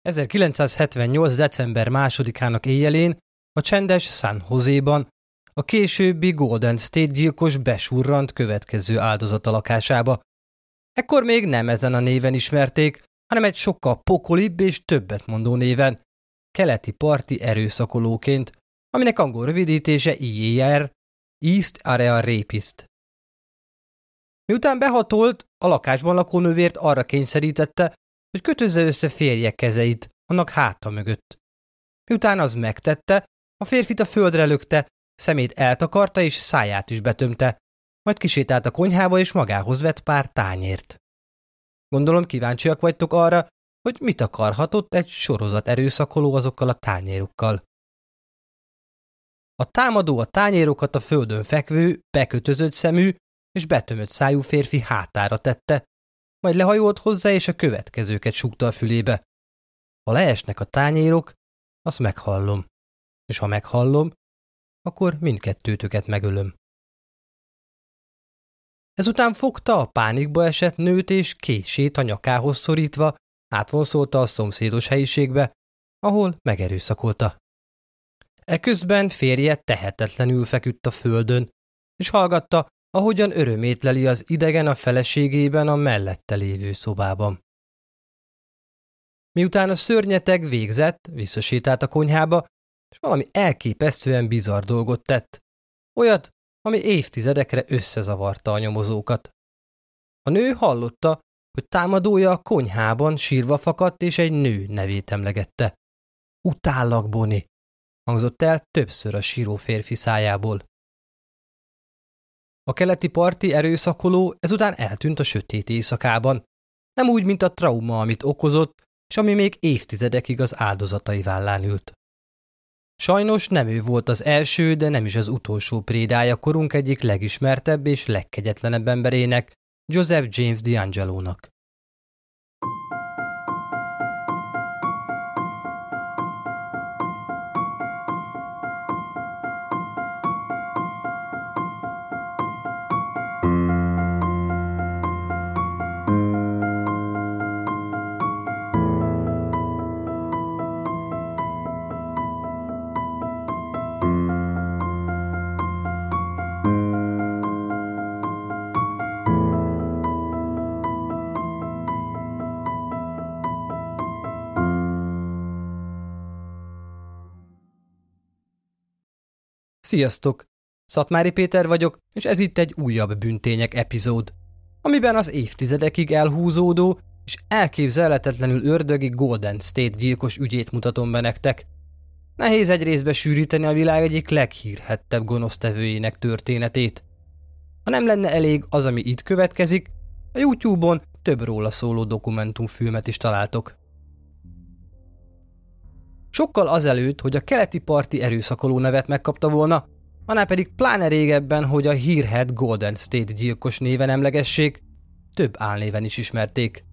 1978. december 2-ának éjjelén a csendes San Joséban a későbbi Golden State gyilkos besurrant következő áldozata lakásába. Ekkor még nem ezen a néven ismerték, hanem egy sokkal pokolibb és többet mondó néven, keleti parti erőszakolóként, aminek angol rövidítése EAR, East Area Rapist. Miután behatolt, a lakásban lakó nővért arra kényszerítette, hogy kötözze össze férje kezeit annak háta mögött. Miután az megtette, a férfit a földre lökte, szemét eltakarta és száját is betömte, majd kisétált a konyhába és magához vett pár tányért. Gondolom kíváncsiak vagytok arra, hogy mit akarhatott egy sorozat erőszakoló azokkal a tányérokkal. A támadó a tányérokat a földön fekvő, bekötözött szemű és betömött szájú férfi hátára tette, majd lehajolt hozzá és a következőket súgta a fülébe. Ha leesnek a tányérok, azt meghallom, és ha meghallom, akkor mindkettőtöket megölöm. Ezután fogta a pánikba esett nőt és kését a nyakához szorítva átvonszolta a szomszédos helyiségbe, ahol megerőszakolta. Eközben férje tehetetlenül feküdt a földön, és hallgatta, ahogyan örömét leli az idegen a feleségében a mellette lévő szobában. Miután a szörnyeteg végzett, visszasétált a konyhába, és valami elképesztően bizarr dolgot tett. Olyat, ami évtizedekre összezavarta a nyomozókat. A nő hallotta, hogy támadója a konyhában sírva fakadt és egy nő nevét emlegette. Utállak, Bonnie, hangzott el többször a síró férfi szájából. A keleti parti erőszakoló ezután eltűnt a sötét éjszakában, nem úgy, mint a trauma, amit okozott, és ami még évtizedekig az áldozatai vállán ült. Sajnos nem ő volt az első, de nem is az utolsó prédája korunk egyik legismertebb és legkegyetlenebb emberének, Joseph James DeAngelónak. Sziasztok! Szatmári Péter vagyok, és ez itt egy újabb Bűntények epizód, amiben az évtizedekig elhúzódó és elképzelhetetlenül ördögi Golden State gyilkos ügyét mutatom be nektek. Nehéz egy részbe sűríteni a világ egyik leghírhettebb gonosztevőjének történetét. Ha nem lenne elég az, ami itt következik, a YouTube-on több róla szóló dokumentumfilmet is találtok. Sokkal azelőtt, hogy a keleti parti erőszakoló nevet megkapta volna, annál pedig pláne régebben, hogy a hírhedt Golden State gyilkos néven emlegessék, több álnéven is ismerték.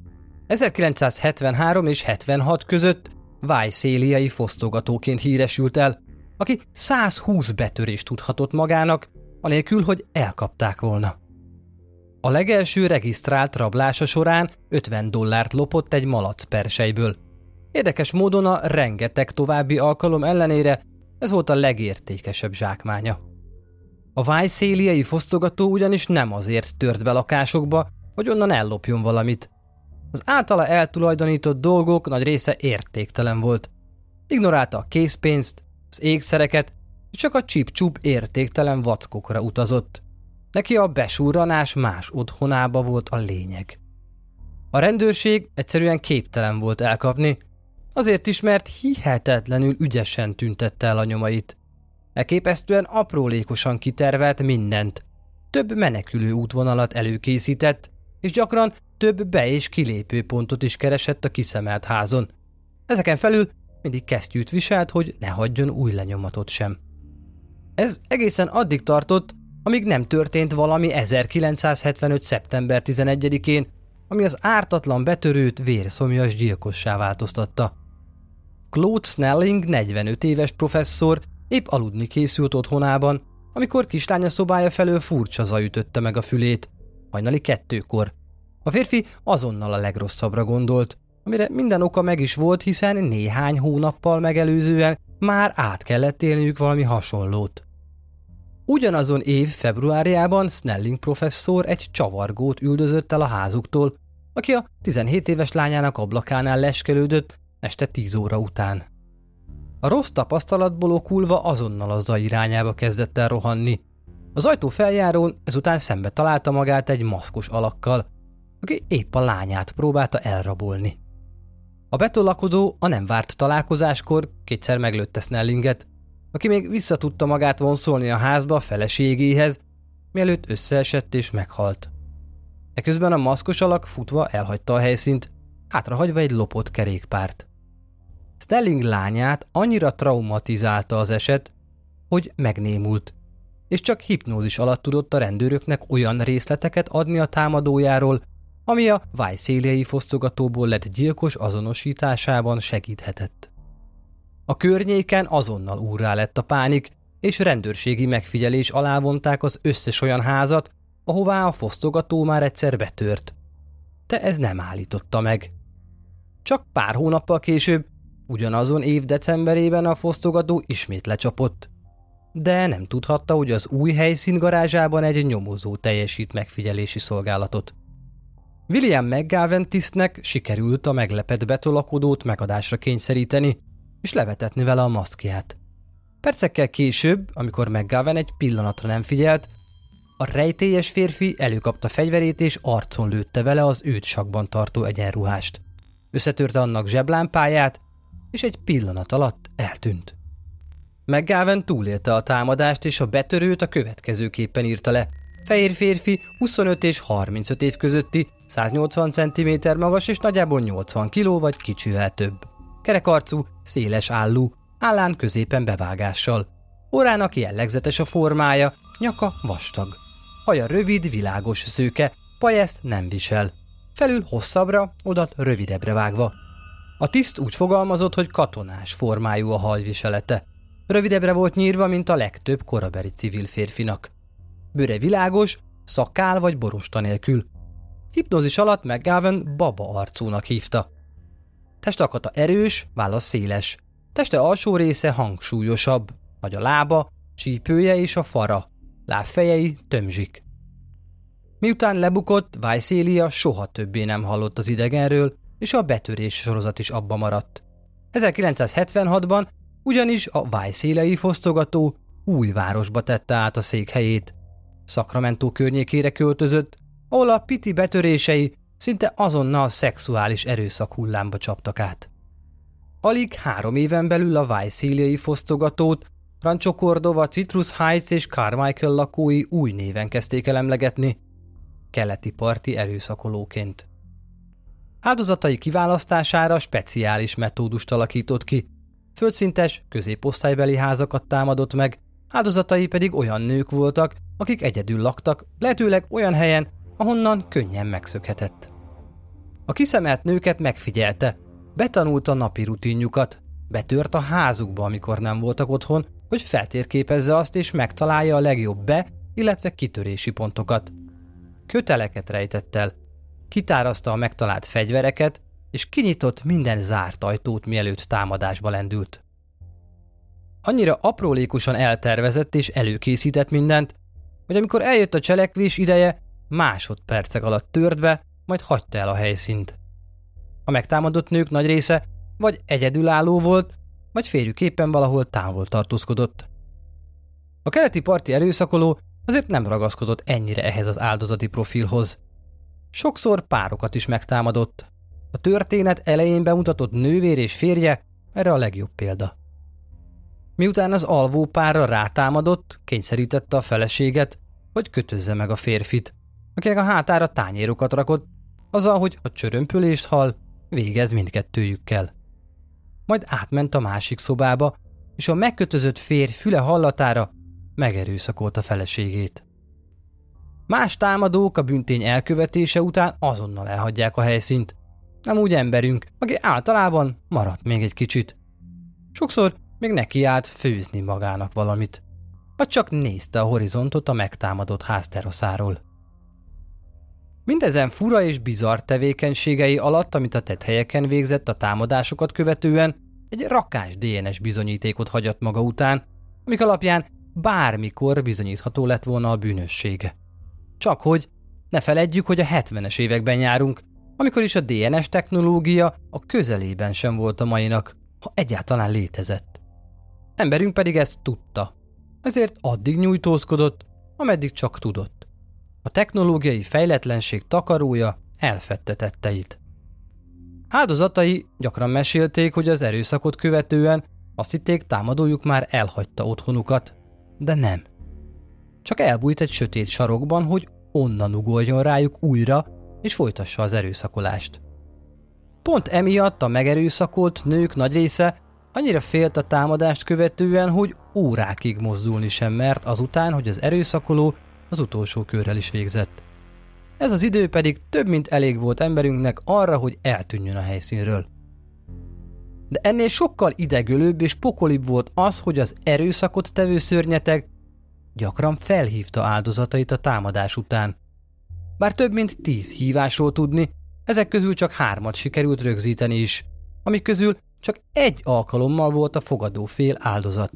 1973 és 76 között vájszéliai fosztogatóként híresült el, aki 120 betörést tudhatott magának, anélkül, hogy elkapták volna. A legelső regisztrált rablása során $50 lopott egy malac persejből. Érdekes módon a rengeteg további alkalom ellenére ez volt a legértékesebb zsákmánya. A vájszéliai fosztogató ugyanis nem azért tört be lakásokba, hogy onnan ellopjon valamit. Az általa eltulajdonított dolgok nagy része értéktelen volt. Ignorálta a készpénzt, az ékszereket, és csak a csip-csup értéktelen vackokra utazott. Neki a besurranás más otthonába volt a lényeg. A rendőrség egyszerűen képtelen volt elkapni, azért is, mert hihetetlenül ügyesen tüntette el a nyomait. Elképesztően aprólékosan kitervelt mindent. Több menekülő útvonalat előkészített, és gyakran több be- és kilépőpontot is keresett a kiszemelt házon. Ezeken felül mindig kesztyűt viselt, hogy ne hagyjon új lenyomatot sem. Ez egészen addig tartott, amíg nem történt valami 1975. szeptember 11-én, ami az ártatlan betörőt vérszomjas gyilkossá változtatta. Claude Snelling 45 éves professzor épp aludni készült otthonában, amikor kislánya szobája felől furcsa zaj ütötte meg a fülét, hajnali 2-kor. A férfi azonnal a legrosszabbra gondolt. amire minden oka meg is volt, hiszen néhány hónappal megelőzően már át kellett élniük valami hasonlót. Ugyanazon év februárjában Snelling professzor egy csavargót üldözött el a házuktól, aki a 17 éves lányának ablakánál leskelődött este 10 óra után. A rossz tapasztalatból okulva azonnal a zaj irányába kezdett el rohanni. Az ajtó feljárón ezután szembe találta magát egy maszkos alakkal, aki épp a lányát próbálta elrabolni. A betolakodó a nem várt találkozáskor kétszer meglőtte Snellinget, aki még vissza tudta magát vonszolni a házba a feleségéhez, mielőtt összeesett és meghalt. Eközben a maszkos alak futva elhagyta a helyszínt, hátrahagyva egy lopott kerékpárt. Snelling lányát annyira traumatizálta az eset, hogy megnémult, és csak hipnózis alatt tudott a rendőröknek olyan részleteket adni a támadójáról, ami a Visalia-i fosztogatóból lett gyilkos azonosításában segíthetett. A környéken azonnal úrrá lett a pánik, és rendőrségi megfigyelés alá vonták az összes olyan házat, ahová a fosztogató már egyszer betört. De ez nem állította meg. Csak pár hónappal később, ugyanazon év decemberében a fosztogató ismét lecsapott, de nem tudhatta, hogy az új helyszín garázsában egy nyomozó teljesít megfigyelési szolgálatot. William McGavin tisztnek sikerült a meglepett betolakodót megadásra kényszeríteni, és levetetni vele a maszkját. Percekkel később, amikor McGavin egy pillanatra nem figyelt, a rejtélyes férfi előkapta fegyverét és arcon lőtte vele az őt sakban tartó egyenruhást. Összetörte annak zseblámpáját, és egy pillanat alatt eltűnt. McGavin túlélte a támadást, és a betörőt a következőképpen írta le. Fehér férfi, 25 és 35 év közötti, 180 cm magas és nagyjából 80 kg vagy kicsivel több. Kerekarcú, széles állú, állán középen bevágással. Orrának jellegzetes a formája, nyaka vastag. Haja rövid, világos szőke, pajeszt nem visel. Felül hosszabbra, odat rövidebbre vágva. A tiszt úgy fogalmazott, hogy katonás formájú a hajviselete. Rövidebbre volt nyírva, mint a legtöbb korabeli civil férfinak. Bőre világos, szakál vagy borosta nélkül. Hipnózis alatt McGavin baba arcúnak hívta. Testalkata erős, válla széles. Teste alsó része hangsúlyosabb, nagy a lába, csípője és a fara, lábfejei tömzsik. Miután lebukott, Visalia soha többé nem hallott az idegenről, és a betörés sorozat is abba maradt. 1976-ban ugyanis a Visalia-i fosztogató új városba tette át a székhelyét. Sacramento környékére költözött, ahol a Pitti betörései szinte azonnal szexuális erőszak hullámba csaptak át. Alig 3 éven belül a Visalia-i fosztogatót Rancho Cordova, Citrus Heights és Carmichael lakói új néven kezdték el emlegetni, keleti parti erőszakolóként. Áldozatai kiválasztására speciális metódust alakított ki, földszintes, középosztálybeli házakat támadott meg, áldozatai pedig olyan nők voltak, akik egyedül laktak, lehetőleg olyan helyen, ahonnan könnyen megszökhetett. A kiszemelt nőket megfigyelte, betanulta napi rutinjukat, betört a házukba, amikor nem voltak otthon, hogy feltérképezze azt és megtalálja a legjobb illetve kitörési pontokat. Köteleket rejtett el, kitárazta a megtalált fegyvereket, és kinyitott minden zárt ajtót, mielőtt támadásba lendült. Annyira aprólékosan eltervezett és előkészített mindent, hogy amikor eljött a cselekvés ideje, másodpercek alatt tört be, majd hagyta el a helyszínt. A megtámadott nők nagy része vagy egyedülálló volt, vagy férjük éppen valahol távol tartózkodott. A keleti parti erőszakoló azért nem ragaszkodott ennyire ehhez az áldozati profilhoz. Sokszor párokat is megtámadott. A történet elején bemutatott nővér és férje erre a legjobb példa. Miután az alvó párra rátámadott, kényszerítette a feleséget, hogy kötözze meg a férfit, akinek a hátára tányérokat rakott, azzal, hogy ha csörömpölést hall, végez mindkettőjükkel. Majd átment a másik szobába, és a megkötözött férj füle hallatára megerőszakolta feleségét. Más támadók a bűntény elkövetése után azonnal elhagyják a helyszínt. Nem úgy emberünk, aki általában maradt még egy kicsit. Sokszor még nekiállt főzni magának valamit, vagy csak nézte a horizontot a megtámadott ház teraszáról. Mindezen fura és bizarr tevékenységei alatt, amit a tetthelyeken végzett a támadásokat követően, egy rakás DNS bizonyítékot hagyott maga után, amik alapján bármikor bizonyítható lett volna a bűnössége. Csak hogy ne feledjük, hogy a 70-es években járunk, amikor is a DNS technológia a közelében sem volt a mainak, ha egyáltalán létezett. Emberünk pedig ezt tudta, ezért addig nyújtózkodott, ameddig csak tudott. A technológiai fejletlenség takarója elfedte tetteit. Áldozatai gyakran mesélték, hogy az erőszakot követően azt hitték, támadójuk már elhagyta otthonukat, de nem. Csak elbújt egy sötét sarokban, hogy onnan ugorjon rájuk újra, és folytassa az erőszakolást. Pont emiatt a megerőszakolt nők nagy része annyira félt a támadást követően, hogy órákig mozdulni sem mert azután, hogy az erőszakoló az utolsó körrel is végzett. Ez az idő pedig több mint elég volt emberünknek arra, hogy eltűnjön a helyszínről. De ennél sokkal idegölőbb és pokolibb volt az, hogy az erőszakot tevő szörnyeteg gyakran felhívta áldozatait a támadás után. Bár több mint 10 hívásról tudni, ezek közül csak 3-at sikerült rögzíteni is, amik közül csak egy alkalommal volt a fogadó fél áldozat.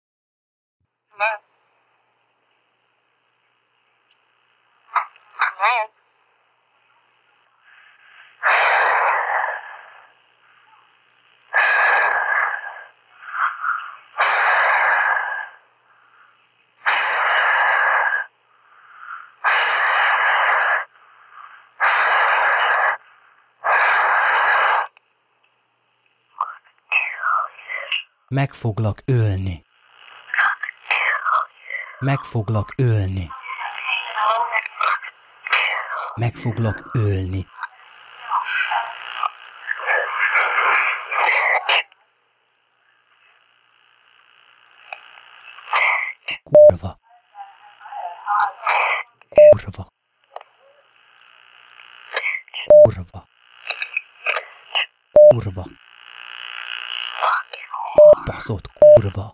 Meg foglak ölni. Meg foglak ölni. Meg foglak ölni. Kurva. Kurva. Kurva. Kurva. Baszott kurva.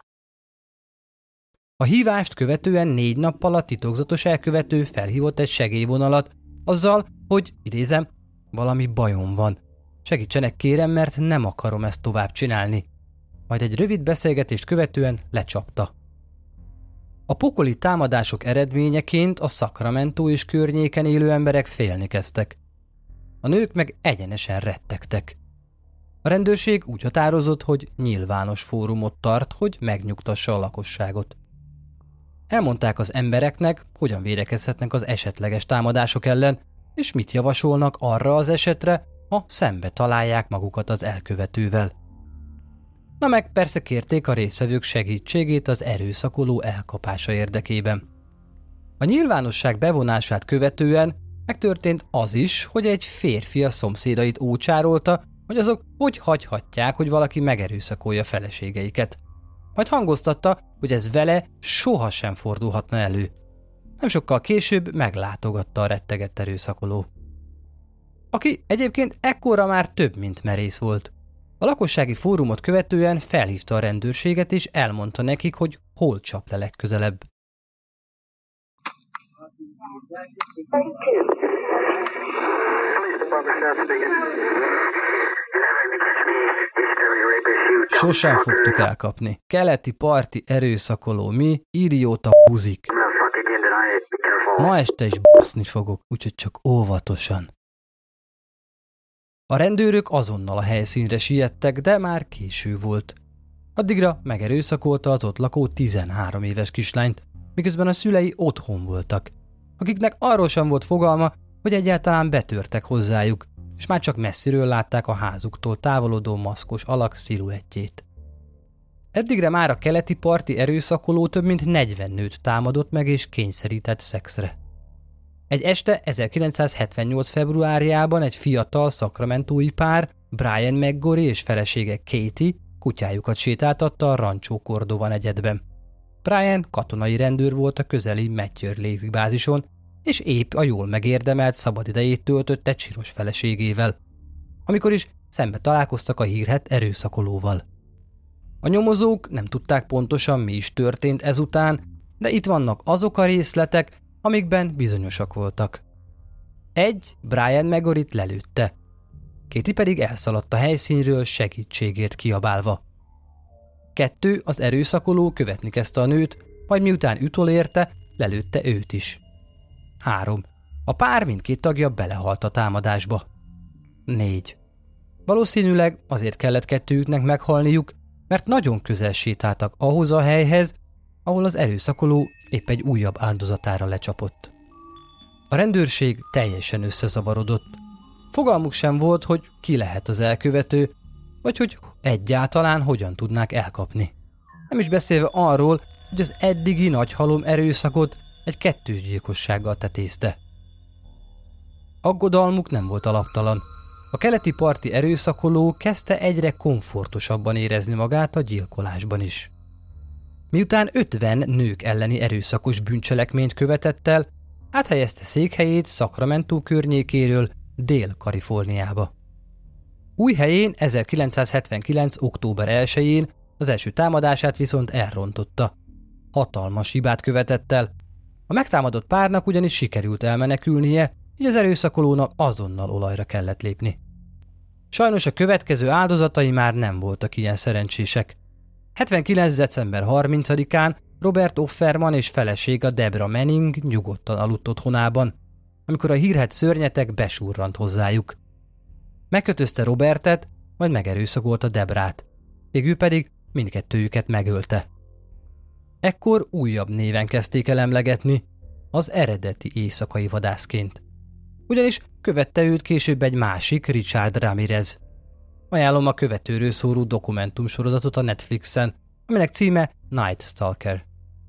A hívást követően 4 nappal a titokzatos elkövető felhívott egy segélyvonalat, azzal, hogy, idézem, valami bajom van. Segítsenek kérem, mert nem akarom ezt tovább csinálni. Majd egy rövid beszélgetést követően lecsapta. A pokoli támadások eredményeként a Sacramento és környéken élő emberek félni kezdtek. A nők meg egyenesen rettegtek. A rendőrség úgy határozott, hogy nyilvános fórumot tart, hogy megnyugtassa a lakosságot. Elmondták az embereknek, hogyan védekezhetnek az esetleges támadások ellen, és mit javasolnak arra az esetre, ha szembe találják magukat az elkövetővel. Na meg persze kérték a résztvevők segítségét az erőszakoló elkapása érdekében. A nyilvánosság bevonását követően megtörtént az is, hogy egy férfi a szomszédait ócsárolta, hogy azok hogy hagyhatják, hogy valaki megerőszakolja feleségeiket. Majd hangoztatta, hogy ez vele sohasem fordulhatna elő. Nem sokkal később meglátogatta a rettegett erőszakoló, aki egyébként ekkora már több, mint merész volt. A lakossági fórumot követően felhívta a rendőrséget és elmondta nekik, hogy hol csap le legközelebb. Sosem fogtuk elkapni. Keleti parti erőszakoló mi, idióta buzik. Ma este is baszni fogok, úgyhogy csak óvatosan. A rendőrök azonnal a helyszínre siettek, de már késő volt. Addigra megerőszakolta az ott lakó 13 éves kislányt, miközben a szülei otthon voltak, akiknek arról sem volt fogalma, hogy egyáltalán betörtek hozzájuk, és már csak messziről látták a házuktól távolodó maszkos alak sziluettjét. Eddigre már a keleti parti erőszakoló több mint 40 nőt támadott meg és kényszerített szexre. Egy este 1978. februárjában egy fiatal sacramentói pár, Brian McGorry és felesége Katie kutyájukat sétáltatta a Rancho Cordova negyedben. Brian katonai rendőr volt a közeli Matthew légzibázison, és épp a jól megérdemelt szabadidejét töltötte csinos feleségével, amikor is szembe találkoztak a hírhedt erőszakolóval. A nyomozók nem tudták pontosan, mi is történt ezután, de itt vannak azok a részletek, amikben bizonyosak voltak. Brian Megorit lelőtte. Katie pedig elszaladt a helyszínről segítségért kiabálva. 2. Az erőszakoló követni kezdte a nőt, majd miután ütolérte, lelőtte őt is. 3. A pár mindkét tagja belehalt a támadásba. 4. Valószínűleg azért kellett kettőjüknek meghalniuk, mert nagyon közel sétáltak ahhoz a helyhez, ahol az erőszakoló épp egy újabb áldozatára lecsapott. A rendőrség teljesen összezavarodott. Fogalmuk sem volt, hogy ki lehet az elkövető, vagy hogy egyáltalán hogyan tudnák elkapni. Nem is beszélve arról, hogy az eddigi nagy halom erőszakot egy kettős gyilkossággal tetézte. Aggodalmuk nem volt alaptalan. A keleti parti erőszakoló kezdte egyre komfortosabban érezni magát a gyilkolásban is. Miután 50 nők elleni erőszakos bűncselekményt követett el, áthelyezte székhelyét Sacramento környékéről Dél-Kaliforniába. Új helyén 1979. október 1-én az első támadását viszont elrontotta. Hatalmas hibát követett el. A megtámadott párnak ugyanis sikerült elmenekülnie, így az erőszakolónak azonnal olajra kellett lépni. Sajnos a következő áldozatai már nem voltak ilyen szerencsések. 79. december 30-án Robert Offerman és felesége Debra Manning nyugodtan aludt otthonában, amikor a hírhedt szörnyetek besurrant hozzájuk. Megkötözte Robertet, majd megerőszakolta Debrát, végül pedig mindkettőjüket megölte. Ekkor újabb néven kezdték el emlegetni, az eredeti éjszakai vadászként. Ugyanis követte őt később egy másik, Richard Ramirez. Ajánlom a követőről szóló dokumentumsorozatot a Netflixen, aminek címe Night Stalker.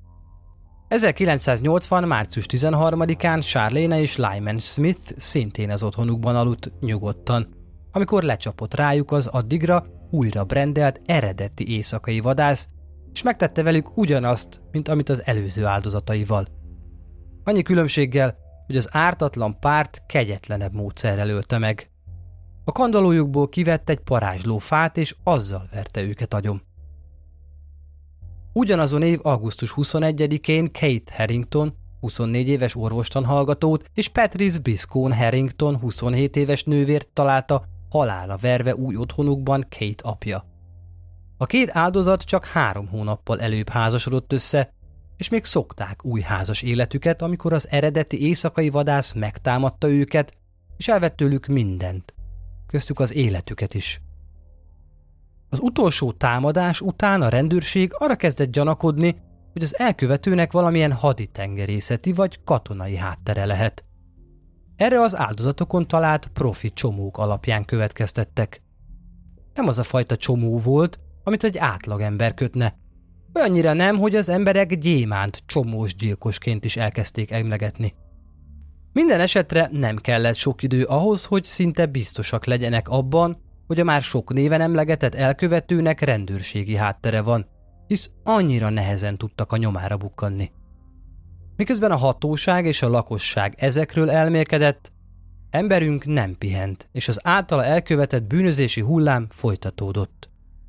1980. március 13-án Charlene és Lyman Smith szintén az otthonukban aludt nyugodtan, amikor lecsapott rájuk az addigra újra brandelt eredeti éjszakai vadász, és megtette velük ugyanazt, mint amit az előző áldozataival. Annyi különbséggel, hogy az ártatlan párt kegyetlenebb módszerrel ölte meg. A kandallójukból kivett egy parázsló fát, és azzal verte őket agyon. Ugyanazon év augusztus 21-én Kate Harrington, 24 éves orvostanhallgatót, és Patrice Biscone Harrington, 27 éves nővért találta halálra verve új otthonukban Kate apja. A két áldozat csak 3 hónappal előbb házasodott össze, és még szokták új házas életüket, amikor az eredeti éjszakai vadász megtámadta őket, és elvett tőlük mindent, köztük az életüket is. Az utolsó támadás után a rendőrség arra kezdett gyanakodni, hogy az elkövetőnek valamilyen haditengerészeti vagy katonai háttere lehet. Erre az áldozatokon talált profi csomók alapján következtettek. Nem az a fajta csomó volt, amit egy átlagember kötne. Olyannyira nem, hogy az emberek gyémánt csomós gyilkosként is elkezdték emlegetni. Minden esetre nem kellett sok idő ahhoz, hogy szinte biztosak legyenek abban, hogy a már sok néven emlegetett elkövetőnek rendőrségi háttere van, hisz annyira nehezen tudtak a nyomára bukkanni. Miközben a hatóság és a lakosság ezekről elmélkedett, emberünk nem pihent, és az általa elkövetett bűnözési hullám folytatódott.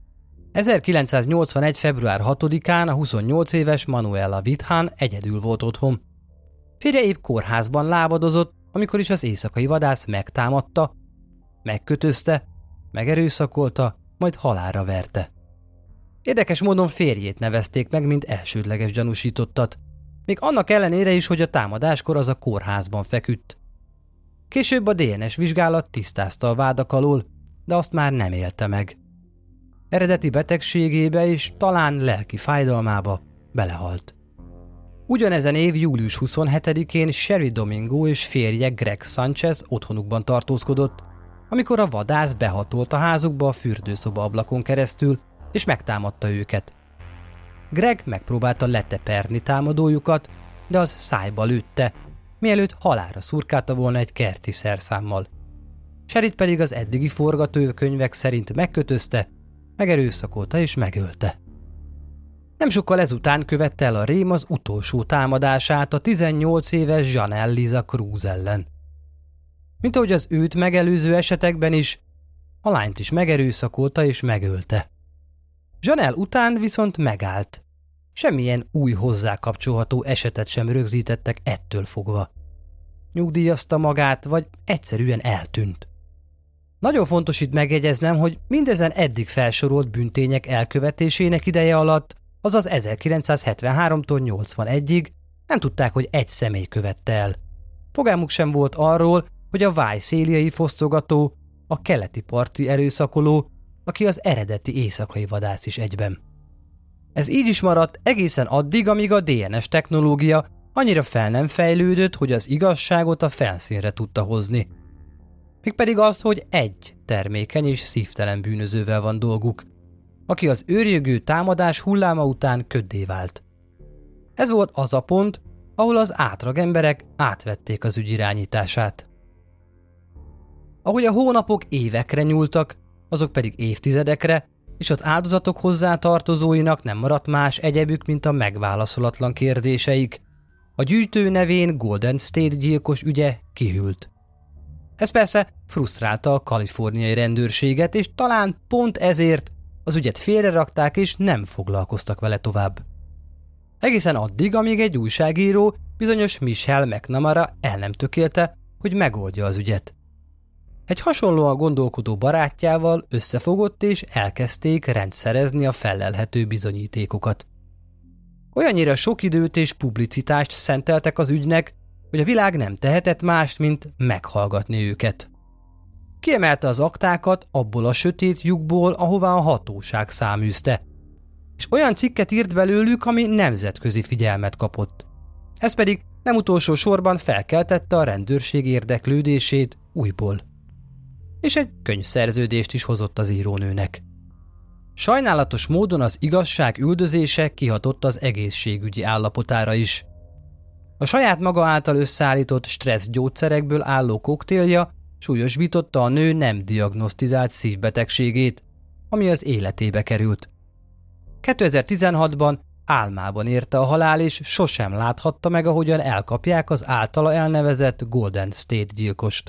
1981. február 6-án a 28 éves Manuela Withan egyedül volt otthon. Férje épp kórházban lábadozott, amikor is az éjszakai vadász megtámadta, megkötözte, megerőszakolta, majd halálra verte. Érdekes módon férjét nevezték meg, mint elsődleges gyanúsítottat, még annak ellenére is, hogy a támadáskor az a kórházban feküdt. Később a DNS vizsgálat tisztázta a vádak alól, de azt már nem élte meg. Eredeti betegségébe és talán lelki fájdalmába belehalt. Ugyanezen év július 27-én Sherry Domingo és férje Greg Sanchez otthonukban tartózkodott, amikor a vadász behatolt a házukba a fürdőszoba ablakon keresztül, és megtámadta őket. Greg megpróbálta leteperni támadójukat, de az szájba lőtte, mielőtt halálra szurkálta volna egy kerti szerszámmal. Sherryt pedig az eddigi forgatókönyvek szerint megkötözte, megerőszakolta és megölte. Nem sokkal ezután követte el a rém az utolsó támadását a 18 éves Janelle Liza Cruz ellen. Mint ahogy az őt megelőző esetekben is, a lányt is megerőszakolta és megölte. Janelle után viszont megállt. Semmilyen új hozzá kapcsolható esetet sem rögzítettek ettől fogva. nyugdíjazta magát, vagy egyszerűen eltűnt. Nagyon fontos itt megjegyeznem, hogy mindezen eddig felsorolt bűntények elkövetésének ideje alatt, azaz 1973-tól 81-ig nem tudták, hogy egy személy követte el. Fogalmuk sem volt arról, hogy a vájszéliai fosztogató, a keleti parti erőszakoló, aki az eredeti éjszakai vadász is egyben. Ez így is maradt egészen addig, amíg a DNS technológia annyira fel nem fejlődött, hogy az igazságot a felszínre tudta hozni. Mégpedig az, hogy egy termékeny és szívtelen bűnözővel van dolguk, aki az őrjöngő támadás hulláma után köddé vált. Ez volt az a pont, ahol az átlag emberek átvették az ügy irányítását. Ahogy a hónapok évekre nyúltak, azok pedig évtizedekre, és az áldozatok hozzátartozóinak nem maradt más egyebük, mint a megválaszolatlan kérdéseik, a gyűjtő nevén Golden State gyilkos ügye kihűlt. Ez persze frusztrálta a kaliforniai rendőrséget, és talán pont ezért az ügyet félrerakták és nem foglalkoztak vele tovább. Egészen addig, amíg egy újságíró, bizonyos Michelle McNamara el nem tökélte, hogy megoldja az ügyet. Egy hasonlóan gondolkodó barátjával összefogott és elkezdték rendszerezni a fellelhető bizonyítékokat. Olyannyira sok időt és publicitást szenteltek az ügynek, hogy a világ nem tehetett mást, mint meghallgatni őket. Kiemelte az aktákat abból a sötét lyukból, ahová a hatóság száműzte, és olyan cikket írt belőlük, ami nemzetközi figyelmet kapott. Ez pedig nem utolsó sorban felkeltette a rendőrség érdeklődését újból. És egy könyvszerződést is hozott az írónőnek. Sajnálatos módon az igazság üldözése kihatott az egészségügyi állapotára is. A saját maga által összeállított stressz gyógyszerekből álló koktélja súlyosbította a nő nem diagnosztizált szívbetegségét, ami az életébe került. 2016-ban álmában érte a halál, és sosem láthatta meg, ahogyan elkapják az általa elnevezett Golden State gyilkost.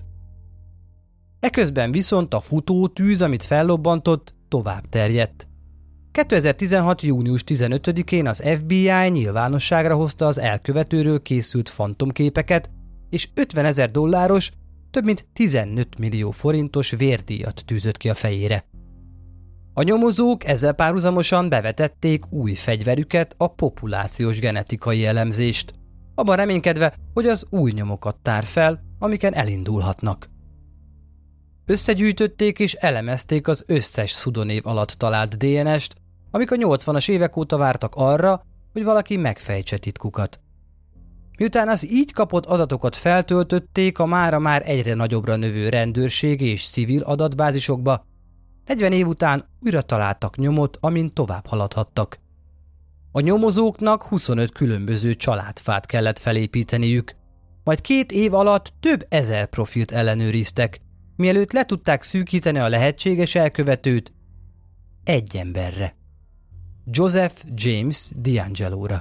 Eközben viszont a futótűz, amit fellobbantott, tovább terjedt. 2016. június 15-én az FBI nyilvánosságra hozta az elkövetőről készült fantomképeket, és $50,000, több mint 15 millió forintos vérdíjat tűzött ki a fejére. A nyomozók ezzel párhuzamosan bevetették új fegyverüket, a populációs genetikai elemzést, abban reménykedve, hogy az új nyomokat tár fel, amiken elindulhatnak. Összegyűjtötték és elemezték az összes pszeudonév alatt talált DNS-t, amik a 80-as évek óta vártak arra, hogy valaki megfejtse titkukat. Miután az így kapott adatokat feltöltötték a mára már egyre nagyobbra növő rendőrség és civil adatbázisokba, 40 év után újra találtak nyomot, amin tovább haladhattak. A nyomozóknak 25 különböző családfát kellett felépíteniük, majd 2 év alatt több ezer profilt ellenőriztek, mielőtt le tudták szűkíteni a lehetséges elkövetőt egy emberre. Joseph James DeAngelóra.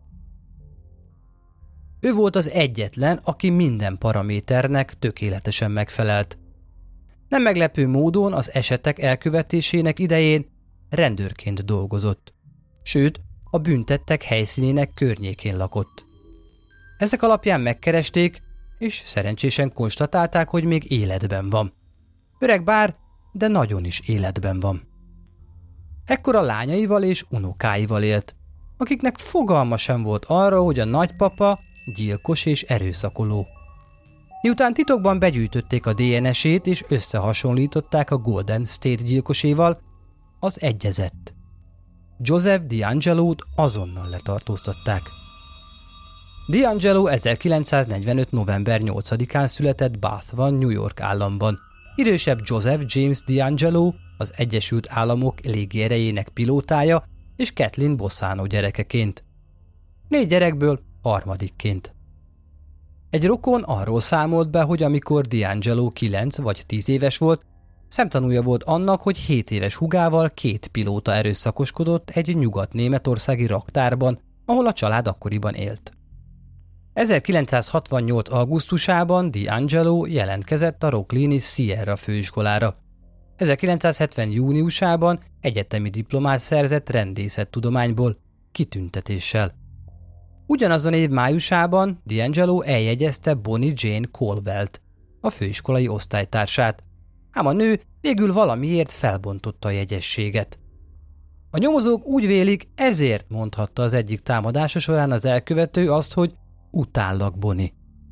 Ő volt az egyetlen, aki minden paraméternek tökéletesen megfelelt. Nem meglepő módon az esetek elkövetésének idején rendőrként dolgozott, sőt, a bűntettek helyszínének környékén lakott. Ezek alapján megkeresték, és szerencsésen konstatálták, hogy még életben van. Öreg bár, de nagyon is életben van. Ekkor a lányaival és unokáival élt, akiknek fogalma sem volt arra, hogy a nagypapa gyilkos és erőszakoló. Miután titokban begyűjtötték a DNS-ét és összehasonlították a Golden State gyilkoséval, az egyezett. Joseph DeAngelót azonnal letartóztatták. DeAngelo 1945. november 8-án született Bathban, New York államban. Idősebb Joseph James DeAngelo az Egyesült Államok légierejének pilótája és Kathleen Bossano gyerekeként. 4 gyerekből harmadikként. Egy rokon arról számolt be, hogy amikor DeAngelo 9 vagy 10 éves volt, szemtanúja volt annak, hogy 7 éves hugával 2 pilóta erőszakoskodott egy nyugat-németországi raktárban, ahol a család akkoriban élt. 1968. augusztusában DeAngelo jelentkezett a Rocklini Sierra főiskolára. 1970. júniusában egyetemi diplomát szerzett rendészettudományból, kitüntetéssel. Ugyanazon év májusában D'Angelo eljegyezte Bonnie Jane Colwell-t, a főiskolai osztálytársát, ám a nő végül valamiért felbontotta a jegyességet. A nyomozók úgy vélik, ezért mondhatta az egyik támadása során az elkövető azt, hogy utállak, Bonnie.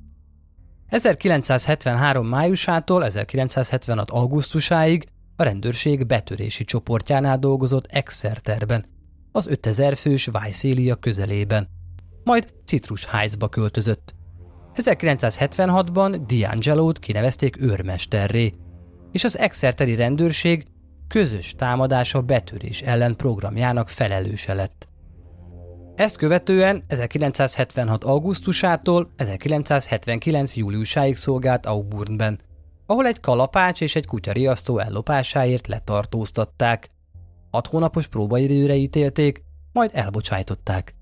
1973. májusától 1976. augusztusáig a rendőrség betörési csoportjánál dolgozott Exeterben, az 5000 fős Visalia közelében. Majd Citrus Heights-ba költözött. 1976-ban D'Angelót kinevezték őrmesterré, és az exeteri rendőrség közös támadása betörés ellen programjának felelőse lett. Ezt követően 1976. augusztusától 1979. júliusáig szolgált Auburnben, ahol egy kalapács és egy kutyariasztó ellopásáért letartóztatták. 6 hónapos próbaidőre ítélték, majd elbocsájtották.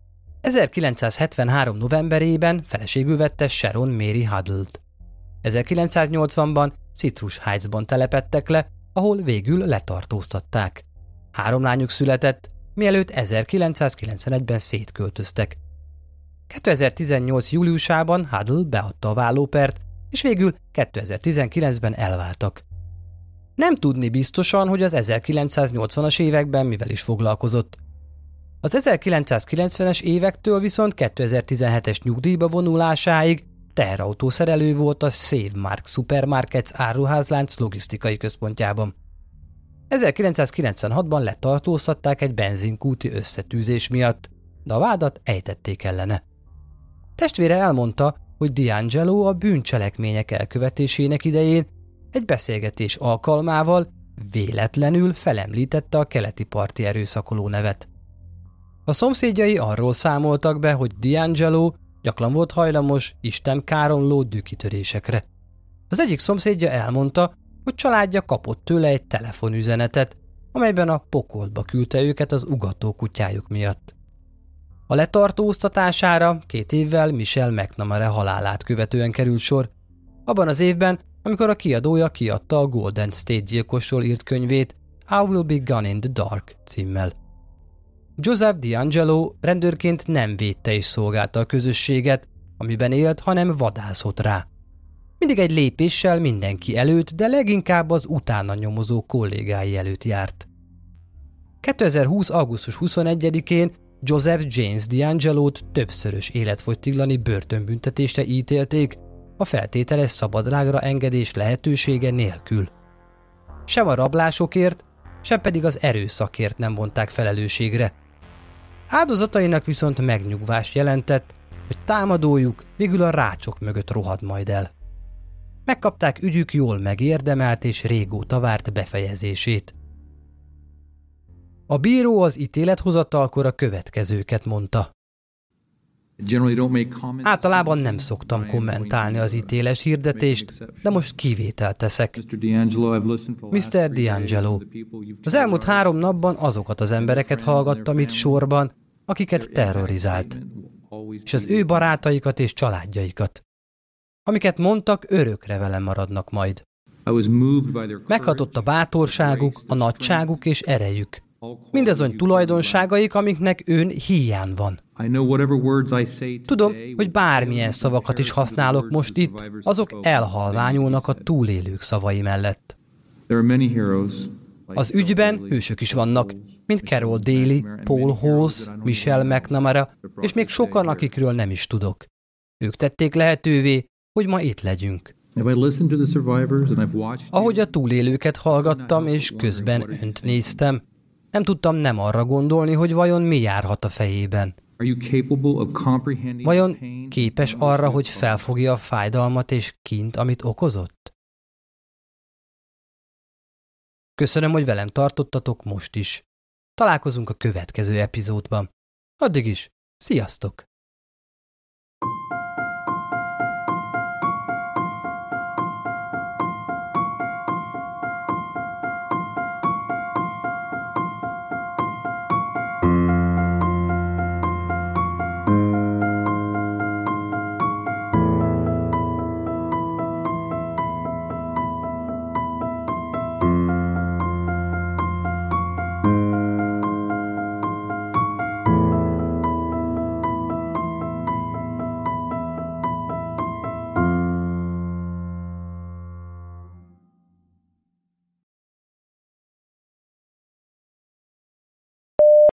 1973. novemberében feleségül vette Sharon Mary Huddle-t. 1980-ban Citrus Heights-ban telepedtek le, ahol végül letartóztatták. 3 lányuk született, mielőtt 1991-ben szétköltöztek. 2018. júliusában Huddle beadta a vállópert, és végül 2019-ben elváltak. Nem tudni biztosan, hogy az 1980-as években mivel is foglalkozott. Az 1990-es évektől viszont 2017-es nyugdíjba vonulásáig teherautószerelő volt a Save Mark Supermarkets áruházlánc logisztikai központjában. 1996-ban letartóztatták egy benzinkúti összetűzés miatt, de a vádat ejtették ellene. Testvére elmondta, hogy D'Angelo a bűncselekmények elkövetésének idején egy beszélgetés alkalmával véletlenül felemlítette a keleti parti erőszakoló nevet. A szomszédjai arról számoltak be, hogy D'Angelo gyakran volt hajlamos istenkáromló dühkitörésekre. Az egyik szomszédja elmondta, hogy családja kapott tőle egy telefonüzenetet, amelyben a pokolba küldte őket az ugató kutyájuk miatt. A letartóztatására 2 évvel Michelle McNamara halálát követően került sor, abban az évben, amikor a kiadója kiadta a Golden State gyilkosról írt könyvét I Will Be Gone in the Dark címmel. Joseph D'Angelo rendőrként nem védte és szolgálta a közösséget, amiben élt, hanem vadászott rá. Mindig egy lépéssel mindenki előtt, de leginkább az utána nyomozó kollégái előtt járt. 2020. augusztus 21-én Joseph James D'Angelót többszörös életfogytiglani börtönbüntetésre ítélték, a feltételes szabadlágra engedés lehetősége nélkül. Sem a rablásokért, sem pedig az erőszakért nem vonták felelősségre. Áldozatainak viszont megnyugvást jelentett, hogy támadójuk végül a rácsok mögött rohad majd el. Megkapták ügyük jól megérdemelt és régóta várt befejezését. A bíró az ítélethozatalkor a következőket mondta. Általában nem szoktam kommentálni az ítéles hirdetést, de most kivételt teszek. Mr. D'Angelo, az elmúlt 3 napban azokat az embereket hallgattam itt sorban, akiket terrorizált, és az ő barátaikat és családjaikat. Amiket mondtak, örökre velem maradnak majd. Meghatott a bátorságuk, a nagyságuk és erejük. Mindazon tulajdonságaik, amiknek ön híján van. Tudom, hogy bármilyen szavakat is használok most itt, azok elhalványulnak a túlélők szavai mellett. Az ügyben hősök is vannak, mint Carol Daly, Paul Halls, Michelle McNamara, és még sokan, akikről nem is tudok. Ők tették lehetővé, hogy ma itt legyünk. Ahogy a túlélőket hallgattam, és közben önt néztem, nem tudtam nem arra gondolni, hogy vajon mi járhat a fejében. Vajon képes arra, hogy felfogja a fájdalmat és kínt, amit okozott? Köszönöm, hogy velem tartottatok most is. Találkozunk a következő epizódban. Addig is, sziasztok!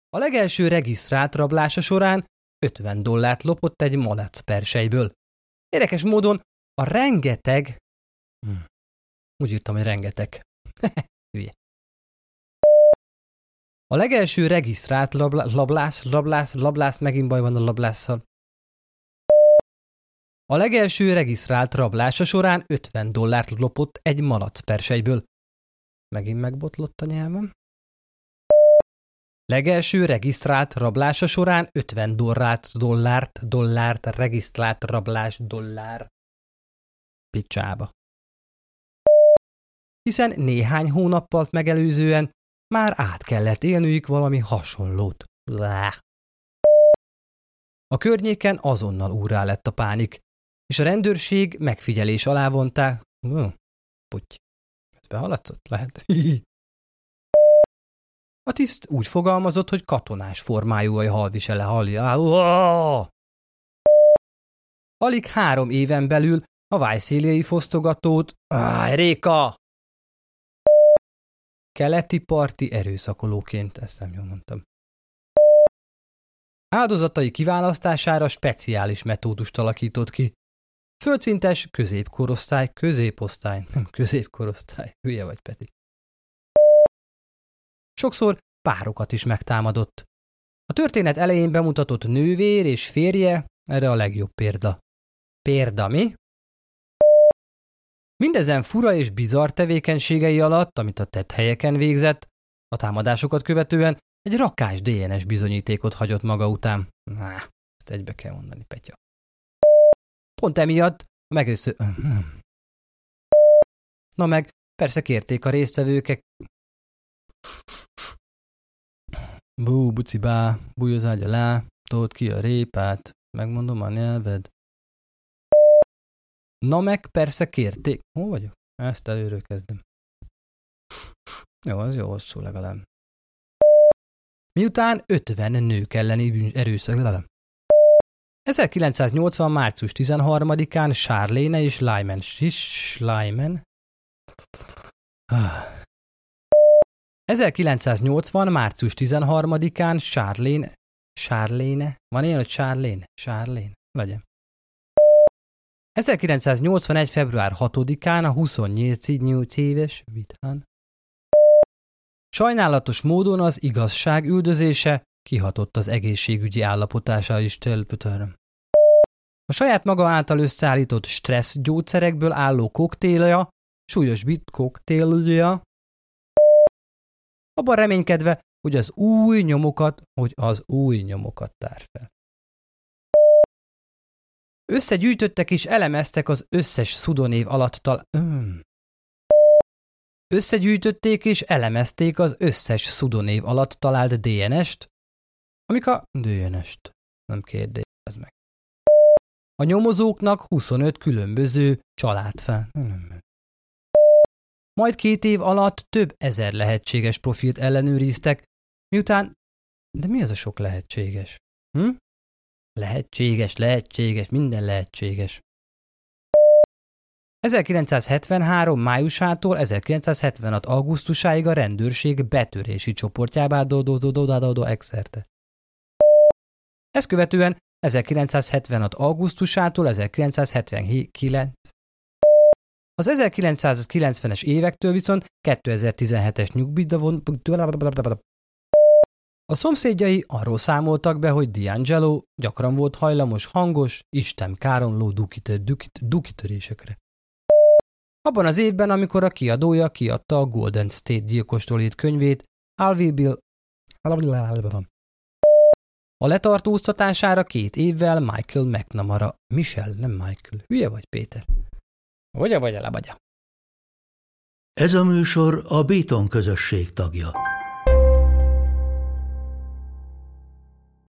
A legelső regisztrált rablása során $50 lopott egy malac persejből. Érdekes módon a rengeteg... Úgy írtam, hogy rengeteg. Hülye. A legelső regisztrált lablász, megint baj van a lablásszal. A legelső regisztrált rablása során $50 lopott egy malac persejből. Megint megbotlott a nyelvem. Legelső regisztrált rablása során $50 regisztrált rablás dollár. Picsába. Hiszen néhány hónappal megelőzően már át kellett élniük valami hasonlót. A környéken azonnal úrrá lett a pánik, és a rendőrség megfigyelés alá vonták. Puty. Ez behaladszott? Lehet. A tiszt úgy fogalmazott, hogy katonás formájú a halvisele halja. Alig 3 éven belül a vájszéliai fosztogatót... Réka! Keleti parti erőszakolóként, ezt nem jól mondtam. Áldozatai kiválasztására speciális metódust alakított ki. Földszintes, középosztály, nem középkorosztály, hülye vagy Peti. Sokszor párokat is megtámadott. A történet elején bemutatott nővér és férje erre a legjobb példa. Példa mi? Mindezen fura és bizarr tevékenységei alatt, amit a tett helyeken végzett, a támadásokat követően egy rakás DNS bizonyítékot hagyott maga után. Ezt egybe kell mondani, Petya. Pont emiatt Na meg, persze kérték a résztvevőkek. Bú, bucibá, bújj az ágy alá, told ki a répát, megmondom a nyelved. Na meg, persze kérték. Hol vagyok? Ezt előről kezdem. Jó, az jó hosszú legalább. Miután 50 nők elleni erőszak... 1980. március 13-án Charlene és Lyman 1980. március 13-án Charlene, van ilyen, hogy Charlene, legyen. 1981. február 6-án a 28 éves Vitán sajnálatos módon az igazság üldözése kihatott az egészségügyi állapotása is. A saját maga által összeállított stressz gyógyszerekből álló koktélja, súlyos koktélja, abban reménykedve, hogy az új nyomokat tár fel. Összegyűjtöttek és elemeztek az összes szudonév alatt Összegyűjtötték és elemezték az összes szudonév alatt talált DNS-t, DNS-t, nem kérdez meg. A nyomozóknak 25 különböző családfán. Majd 2 év alatt több ezer lehetséges profilt ellenőriztek, miután... De mi az a sok lehetséges? Lehetséges, minden lehetséges. 1973. májusától 1976. augusztusáig a rendőrség betörési csoportjába dolgozó exerte. Ezt követően 1976. augusztusától 1979. Az 1990-es évektől viszont 2017-es nyugdíjba vont. A szomszédjai arról számoltak be, hogy D'Angelo gyakran volt hajlamos hangos, istenkáromló dukitörésekre. Abban az évben, amikor a kiadója kiadta a Golden State gyilkosról írt könyvét, a letartóztatására 2 évvel Michael McNamara. Michel, nem Michael. Hülye vagy, Péter? Vagy a labagya. Ez a műsor a Béton közösség tagja.